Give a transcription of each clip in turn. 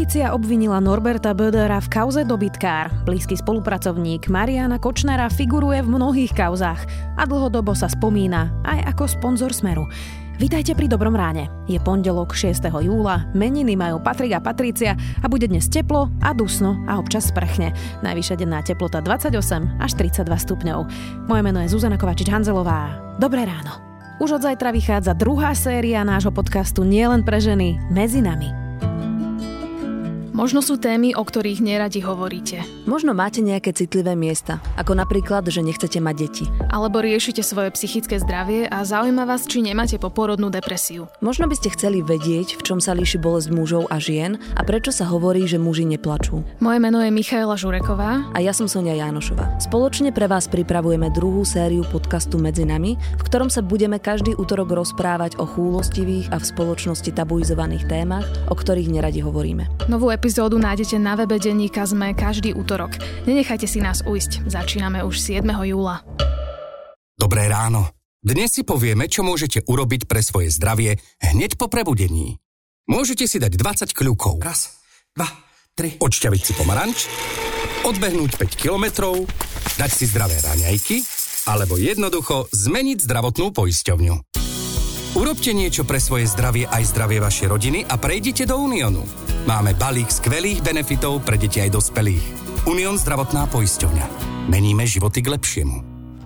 Polícia obvinila Norberta Bödera v kauze dobytkár. Blízky spolupracovník Mariana Kočnera figuruje v mnohých kauzách a dlhodobo sa spomína aj ako sponzor Smeru. Vítajte pri Dobrom ráne. Je pondelok 6. júla, meniny majú Patrik a Patrícia a bude dnes teplo a dusno a občas sprchne. Najvyššia denná teplota 28 až 32 stupňov. Moje meno je Zuzana Kovačič-Hanzelová. Dobré ráno. Už od zajtra vychádza druhá séria nášho podcastu Nielen pre ženy, Medzi nami. Možno sú témy, o ktorých neradi hovoríte. Možno máte nejaké citlivé miesta, ako napríklad, že nechcete mať deti. Alebo riešite svoje psychické zdravie a zaujíma vás, či nemáte poporodnú depresiu. Možno by ste chceli vedieť, v čom sa líši bolesť mužov a žien a prečo sa hovorí, že muži neplačú. Moje meno je Michaela Žureková. A ja som Sonia Jánošová. Spoločne pre vás pripravujeme druhú sériu podcastu Medzi nami, v ktorom sa budeme každý utorok rozprávať o chúlostivých a v spoločnosti tabuizovaných témach, o ktorých neradi hovoríme. Novú epizódu nájdete na webe denníka SME každý útorok. Nenechajte si nás ujsť. Začíname už 7. júla. Dobré ráno. Dnes si povieme, čo môžete urobiť pre svoje zdravie hneď po prebudení. Môžete si dať 20 kľukov. 1, 2, 3. Odšťaviť si pomaranč, odbehnúť 5 kilometrov, dať si zdravé raňajky, alebo jednoducho zmeniť zdravotnú poisťovňu. Urobte niečo pre svoje zdravie aj zdravie vašej rodiny a prejdite do Uniónu. Máme balík skvelých benefitov pre deti aj dospelých. Unión zdravotná poisťovňa. Meníme životy k lepšiemu.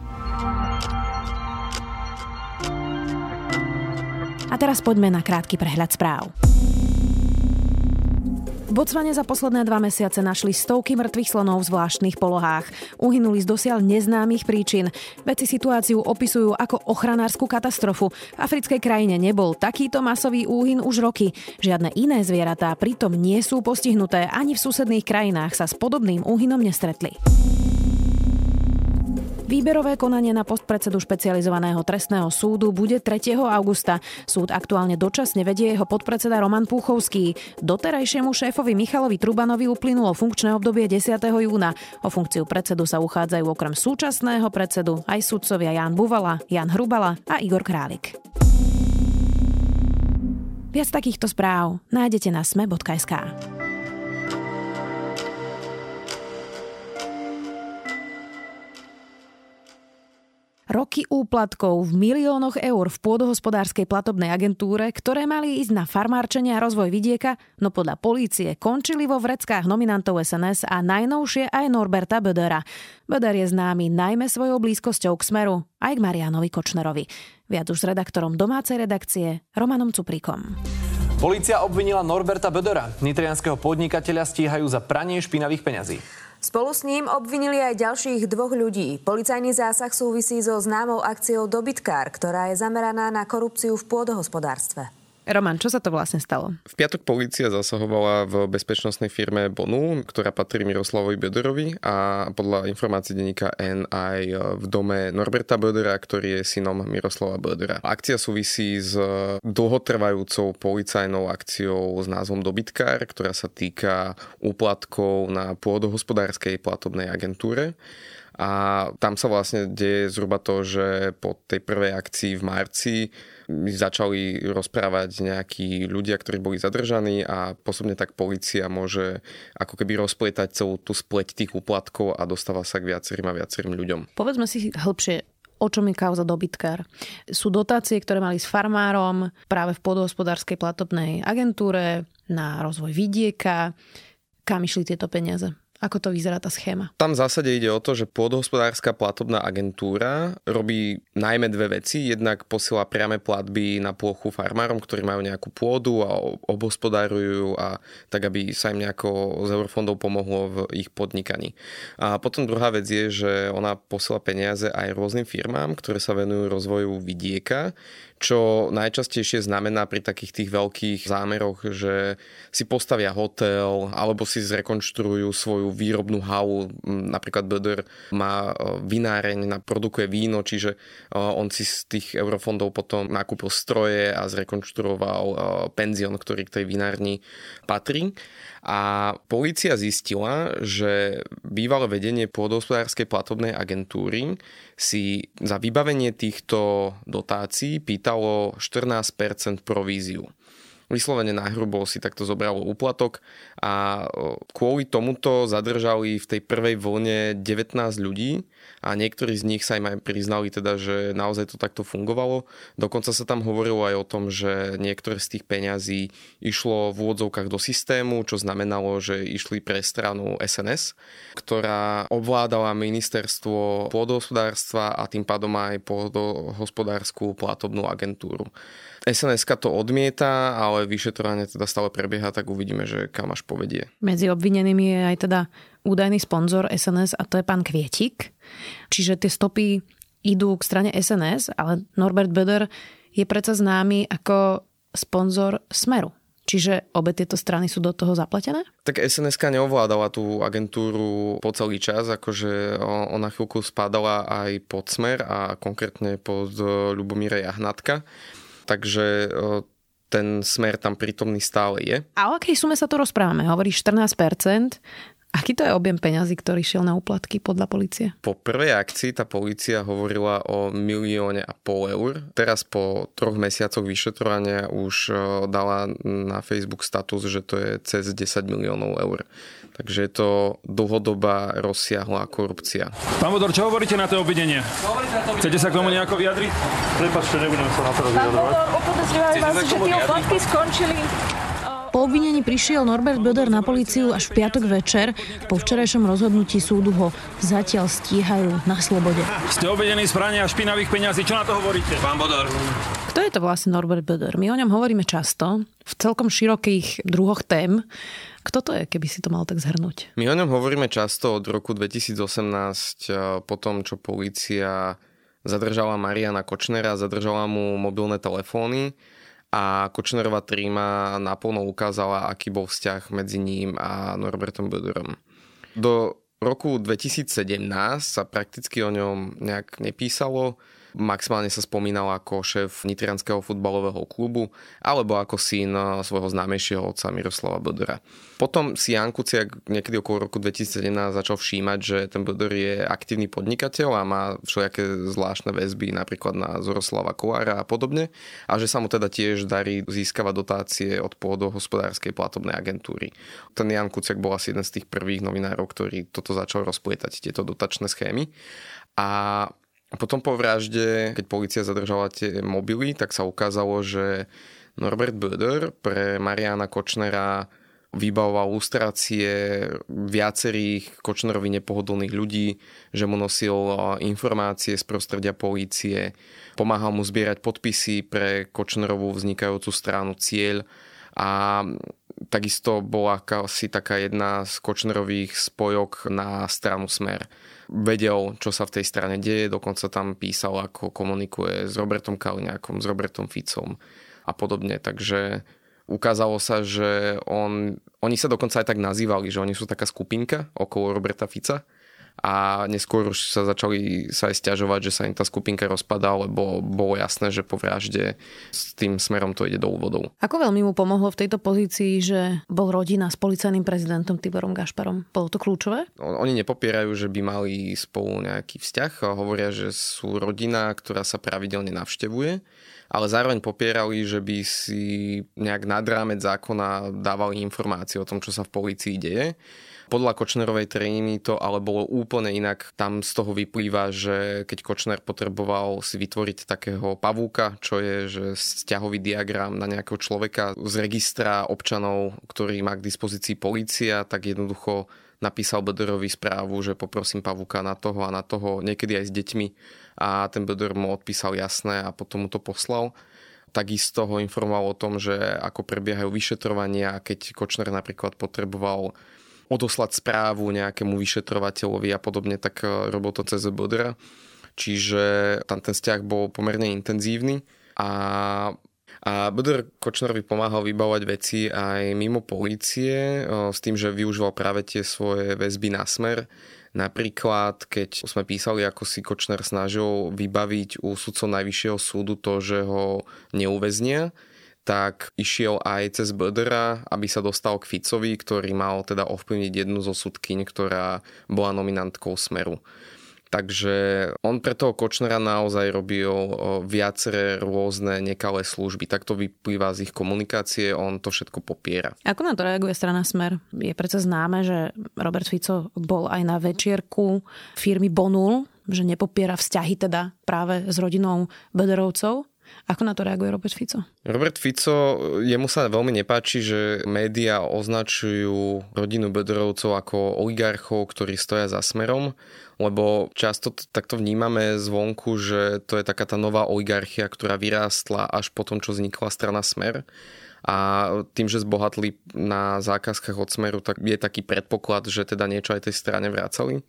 A teraz poďme na krátky prehľad správ. V Botswane za posledné 2 mesiace našli stovky mŕtvych slonov v zvláštnych polohách. Uhynuli z dosiaľ neznámych príčin. Vedci situáciu opisujú ako ochranársku katastrofu. V africkej krajine nebol takýto masový úhyn už roky. Žiadne iné zvieratá pritom nie sú postihnuté, ani v susedných krajinách sa s podobným úhynom nestretli. Výberové konanie na post predsedu špecializovaného trestného súdu bude 3. augusta. Súd aktuálne dočasne vedie jeho podpredseda Roman Púchovský. Doterajšiemu šéfovi Michalovi Trubanovi uplynulo funkčné obdobie 10. júna. O funkciu predsedu sa uchádzajú okrem súčasného predsedu aj sudcovia Ján Buvala, Jan Hrubala a Igor Králik. Viac takýchto správ nájdete na sme.sk. Roky úplatkov v miliónoch eur v pôdohospodárskej platobnej agentúre, ktoré mali ísť na farmárčenie a rozvoj vidieka, no podľa polície končili vo vreckách nominantov SNS a najnovšie aj Norberta Bödera. Böder je známy najmä svojou blízkosťou k Smeru, aj k Marianovi Kočnerovi. Viac už s redaktorom domácej redakcie Romanom Cupríkom. Polícia obvinila Norberta Bödera. Nitrianskeho podnikateľa stíhajú za pranie špinavých peňazí. Spolu s ním obvinili aj ďalších 2 ľudí. Policajný zásah súvisí so známou akciou Dobytkár, ktorá je zameraná na korupciu v pôdohospodárstve. Roman, čo sa to vlastne stalo? V piatok polícia zasahovala v bezpečnostnej firme Bonu, ktorá patrí Miroslavovi Böderovi a podľa informácií denníka N aj v dome Norberta Bödera, ktorý je synom Miroslava Bödera. Akcia súvisí s dlhotrvajúcou policajnou akciou s názvom Dobytkár, ktorá sa týka úplatkov na pôdohospodárskej platobnej agentúre. A tam sa vlastne deje zhruba to, že po tej prvej akcii v marci začali rozprávať nejakí ľudia, ktorí boli zadržaní a postupne tak polícia môže ako keby rozpletať celú tú spleť tých úplatkov a dostáva sa k viacerým a viacerým ľuďom. Povedzme si hĺbšie, o čom je kauza Dobytkár. Sú dotácie, ktoré mali s farmárom práve v pôdohospodárskej platobnej agentúre na rozvoj vidieka. Kam išli tieto peniaze? Ako to vyzerá tá schéma? Tam v zásade ide o to, že pôdohospodárska platobná agentúra robí najmä 2 veci. Jednak posiela priame platby na plochu farmárom, ktorí majú nejakú pôdu a obhospodárujú a tak, aby sa im nejako z eurofondov pomohlo v ich podnikaní. A potom druhá vec je, že ona posiela peniaze aj rôznym firmám, ktoré sa venujú rozvoju vidieka, čo najčastejšie znamená pri takých tých veľkých zámeroch, že si postavia hotel alebo si zrekonštruujú svoju výrobnú halu. Napríklad Böder má vináreň, produkuje víno, čiže on si z tých eurofondov potom nakúpil stroje a zrekonštruoval penzión, ktorý k tej vinárni patrí. A polícia zistila, že bývalé vedenie pôdohospodárskej platobnej agentúry si za vybavenie týchto dotácií pýtalo 14% províziu. vyslovene nahrubo si takto zobralo úplatok a kvôli tomuto zadržali v tej prvej vlne 19 ľudí a niektorí z nich sa im aj priznali teda, že naozaj to takto fungovalo. Dokonca sa tam hovorilo aj o tom, že niektoré z tých peňazí išlo v úvodzovkách do systému, čo znamenalo, že išli pre stranu SNS, ktorá ovládala ministerstvo pôdohospodárstva a tým pádom aj pôdohospodárskú platobnú agentúru. SNS-ka to odmieta, ale vyšetrovanie teda stále prebieha, tak uvidíme, že kam až povedie. Medzi obvinenými je aj teda údajný sponzor SNS a to je pán Kvietik. Čiže tie stopy idú k strane SNS, ale Norbert Böder je predsa známy ako sponzor Smeru. Čiže obe tieto strany sú do toho zapletené? Tak SNS-ka neovládala tú agentúru po celý čas, akože ona chvíľku spadala aj pod Smer a konkrétne pod Ľubomíra Jahnatka. Takže ten Smer tam prítomný stále je. A o akej sume sa tu rozprávame? Hovoríš 14%. Aký to je objem peňazí, ktorý šiel na úplatky podľa polície? Po prvej akcii tá polícia hovorila o 1,5 milióna eur. Teraz po 3 mesiacoch vyšetrovania už dala na Facebook status, že to je cez 10 miliónov eur. Takže je to dlhodobá rozsiahla korupcia. Pán Bodor, čo hovoríte na to obvinenie? Chcete sa k tomu nejako vyjadriť? Prepáčte, nebudem sa na to vyjadrovať. Pán Bodor, upodozrievajú vás, že tie úplatky skončili. Po obvinení prišiel Norbert Böder na políciu až v piatok večer. Po včerajšom rozhodnutí súdu ho zatiaľ stíhajú na slobode. Ste obvinení z prania špinavých peňazí. Čo na to hovoríte? Pán Bodor. Kto je to vlastne Norbert Böder? My o ňom hovoríme často, v celkom širokých druhoch tém. Kto to je, keby si to mal tak zhrnúť? My o ňom hovoríme často od roku 2018, po tom, čo polícia zadržala Mariana Kočnera, zadržala mu mobilné telefóny a Kočnerová tríma naplno ukázala, aký bol vzťah medzi ním a Norbertom Böderom. Do roku 2017 sa prakticky o ňom nejak nepísalo. Maximálne sa spomínal ako šéf nitrianskeho futbalového klubu alebo ako syn svojho známejšieho otca Miroslava Bödera. Potom si Ján Kuciak niekedy okolo roku 2017 začal všímať, že ten Böder je aktívny podnikateľ a má všelijaké zvláštne väzby napríklad na Zoroslava Kolára a podobne a že sa mu teda tiež darí získavať dotácie od pôdohospodárskej platobnej agentúry. Ten Ján Kuciak bol asi jeden z tých prvých novinárov, ktorý toto začal rozplietať, tieto dotačné schémy. A potom po vražde, keď polícia zadržala tie mobily, tak sa ukázalo, že Norbert Böder pre Mariana Kočnera vybavoval lustrácie viacerých Kočnerovi nepohodlných ľudí, že mu nosil informácie z prostredia polície, pomáhal mu zbierať podpisy pre Kočnerovú vznikajúcu stranu Cieľ a takisto bola asi taká jedna z Kočnerových spojok na stranu Smer. Vedel, čo sa v tej strane deje, dokonca tam písal, ako komunikuje s Robertom Kaliňákom, s Robertom Ficom a podobne. Takže ukázalo sa, že oni sa dokonca aj tak nazývali, že oni sú taká skupinka okolo Roberta Fica a neskôr už sa začali sa aj sťažovať, že sa im tá skupinka rozpadá, lebo bolo jasné, že po vražde s tým Smerom to ide do úvodov. Ako veľmi mu pomohlo v tejto pozícii, že bol rodina s policajným prezidentom Tiborom Gašparom? Bolo to kľúčové? Oni nepopierajú, že by mali spolu nejaký vzťah, hovoria, že sú rodina, ktorá sa pravidelne navštevuje, ale zároveň popierali, že by si nejak nad rámec zákona dávali informácie o tom, čo sa v polícii deje. Podľa Kočnerovej trémy to ale bolo úplne inak. Tam z toho vyplýva, že keď Kočner potreboval si vytvoriť takého pavúka, čo je že vzťahový diagram na nejakého človeka z registra občanov, ktorý má k dispozícii polícia, tak jednoducho napísal Böderovi správu, že poprosím pavúka na toho a na toho, niekedy aj s deťmi. A ten Böder mu odpísal jasné a potom mu to poslal. Takisto ho informoval o tom, že ako prebiehajú vyšetrovania, keď Kočner napríklad potreboval odoslať správu nejakému vyšetrovateľovi a podobne, tak robil to cez Bödera. Čiže tam ten vzťah bol pomerne intenzívny a Böder Kočnerovi pomáhal vybavovať veci aj mimo polície s tým, že využíval práve tie svoje väzby na Smer. Napríklad, keď sme písali, ako si Kočner snažil vybaviť u sudcov Najvyššieho súdu to, že ho neuväznia, tak išiel aj cez Bödera, aby sa dostal k Ficovi, ktorý mal teda ovplyvniť jednu zo sudkyň, ktorá bola nominantkou Smeru. Takže on pre toho Kočnera naozaj robil viaceré rôzne nekalé služby. Tak to vyplýva z ich komunikácie, on to všetko popiera. Ako na to reaguje strana Smer? Je predsa známe, že Robert Fico bol aj na večierku firmy Bonul, že nepopiera vzťahy teda práve s rodinou Böderovcov. Ako na to reaguje Robert Fico? Robert Fico, jemu sa veľmi nepáči, že médiá označujú rodinu Böderovcov ako oligarchov, ktorí stoja za Smerom, lebo často takto vnímame zvonku, že to je taká tá nová oligarchia, ktorá vyrástla až po tom, čo vznikla strana Smer. A tým, že zbohatli na zákazkách od Smeru, tak je taký predpoklad, že teda niečo aj tej strane vracali.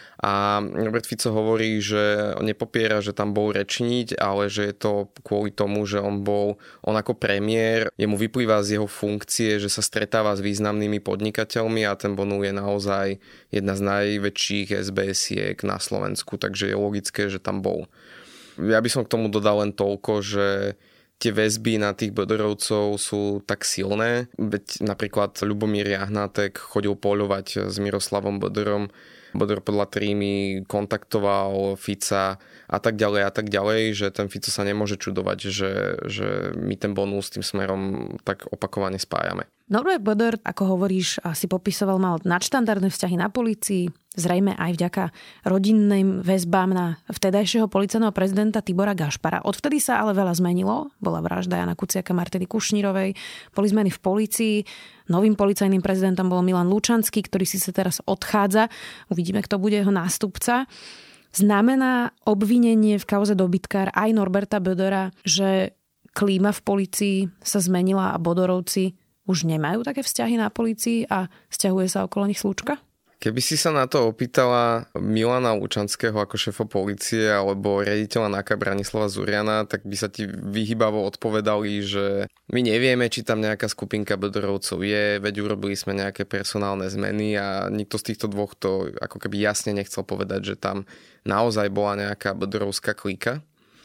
A Robert Fico hovorí, že nepopiera, že tam bol rečniť, ale že je to kvôli tomu, že on ako premiér, jemu vyplýva z jeho funkcie, že sa stretáva s významnými podnikateľmi a ten Bonul je naozaj jedna z najväčších SBS-iek na Slovensku, takže je logické, že tam bol. Ja by som k tomu dodal len toľko, že tie väzby na tých Böderovcov sú tak silné, veď napríklad Ľubomír Jahnátek chodil poľovať s Miroslavom Böderom. Böder podľa Trímy kontaktoval Fica a tak ďalej, že ten Fico sa nemôže čudovať, že my ten Bonul s tým Smerom tak opakovane spájame. Norbert Böder, ako hovoríš, si popisoval, mal nadštandardné vzťahy na polícii, zrejme aj vďaka rodinným väzbám na vtedajšieho policajného prezidenta Tibora Gašpara. Odvtedy sa ale veľa zmenilo. Bola vražda Jana Kuciaka, Martiny Kušnírovej, boli zmeny v polícii. Novým policajným prezidentom bol Milan Lučanský, ktorý si sa teraz odchádza. Uvidíme, kto bude jeho nástupca. Znamená obvinenie v kauze dobytkár aj Norberta Bödera, že klíma v polícii sa zmenila a Böderovci už nemajú také vzťahy na polícii a sťahuje sa okolo nich slúčka? Keby si sa na to opýtala Milana Lučanského ako šéfa polície alebo riaditeľa NAKA Branislava Zuriana, tak by sa ti vyhýbavo odpovedali, že my nevieme, či tam nejaká skupinka Böderovcov je, veď urobili sme nejaké personálne zmeny a nikto z týchto dvoch to ako keby jasne nechcel povedať, že tam naozaj bola nejaká Böderovská klíka.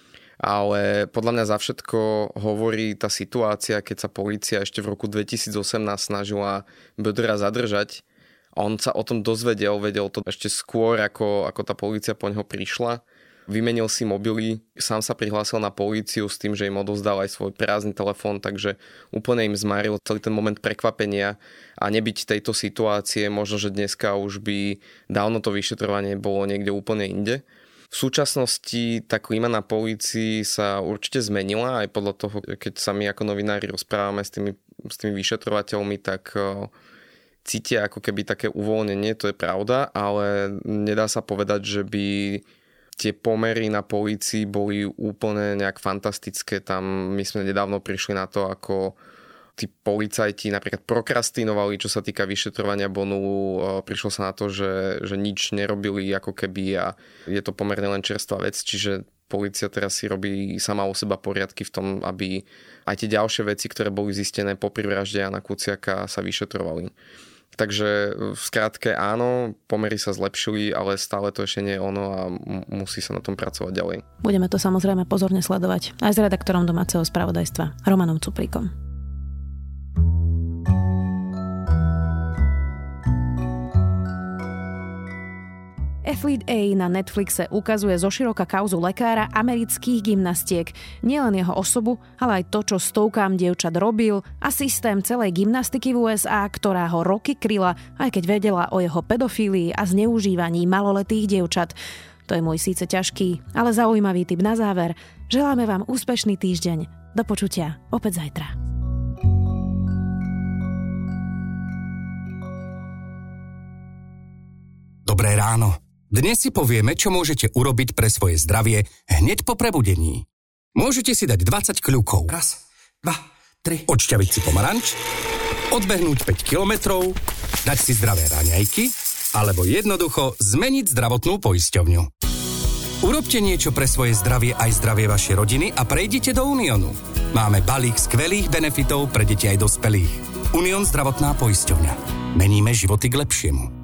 Ale podľa mňa za všetko hovorí tá situácia, keď sa polícia ešte v roku 2018 snažila Bödera zadržať. On sa o tom vedel to ešte skôr, ako tá polícia po neho prišla. Vymenil si mobily, sám sa prihlásil na políciu s tým, že im odovzdal aj svoj prázdny telefón, takže úplne im zmaril celý ten moment prekvapenia a nebyť tejto situácie, možno, že dneska už by dávno to vyšetrovanie bolo niekde úplne inde. V súčasnosti tá klíma na polícii sa určite zmenila, aj podľa toho, keď sa my ako novinári rozprávame s tými vyšetrovateľmi, tak cítia ako keby také uvoľnenie, to je pravda, ale nedá sa povedať, že by tie pomery na polícii boli úplne nejak fantastické. Tam my sme nedávno prišli na to, ako tí policajti napríklad prokrastinovali, čo sa týka vyšetrovania Bonulu. Prišlo sa na to, že nič nerobili ako keby a je to pomerne len čerstvá vec, čiže polícia teraz si robí sama u seba poriadky v tom, aby aj tie ďalšie veci, ktoré boli zistené popri vražde Jana Kuciaka, sa vyšetrovali. Takže v skratke áno, pomery sa zlepšili, ale stále to ešte nie je ono a musí sa na tom pracovať ďalej. Budeme to samozrejme pozorne sledovať aj s redaktorom domáceho spravodajstva Romanom Cupríkom. Athlete A na Netflixe ukazuje zoširoka kauzu lekára amerických gymnastiek. Nielen jeho osobu, ale aj to, čo stovkám dievčat robil a systém celej gymnastiky v USA, ktorá ho roky kryla, aj keď vedela o jeho pedofílii a zneužívaní maloletých dievčat. To je môj síce ťažký, ale zaujímavý tip na záver. Želáme vám úspešný týždeň. Do počutia opäť zajtra. Dobré ráno. Dnes si povieme, čo môžete urobiť pre svoje zdravie hneď po prebudení. Môžete si dať 20 kľukov. 1, 2, 3. Odšťaviť si pomaranč, odbehnúť 5 kilometrov, dať si zdravé raňajky, alebo jednoducho zmeniť zdravotnú poisťovňu. Urobte niečo pre svoje zdravie aj zdravie vašej rodiny a prejdite do Uniónu. Máme balík skvelých benefitov pre deti aj dospelých. Unión zdravotná poisťovňa. Meníme životy k lepšiemu.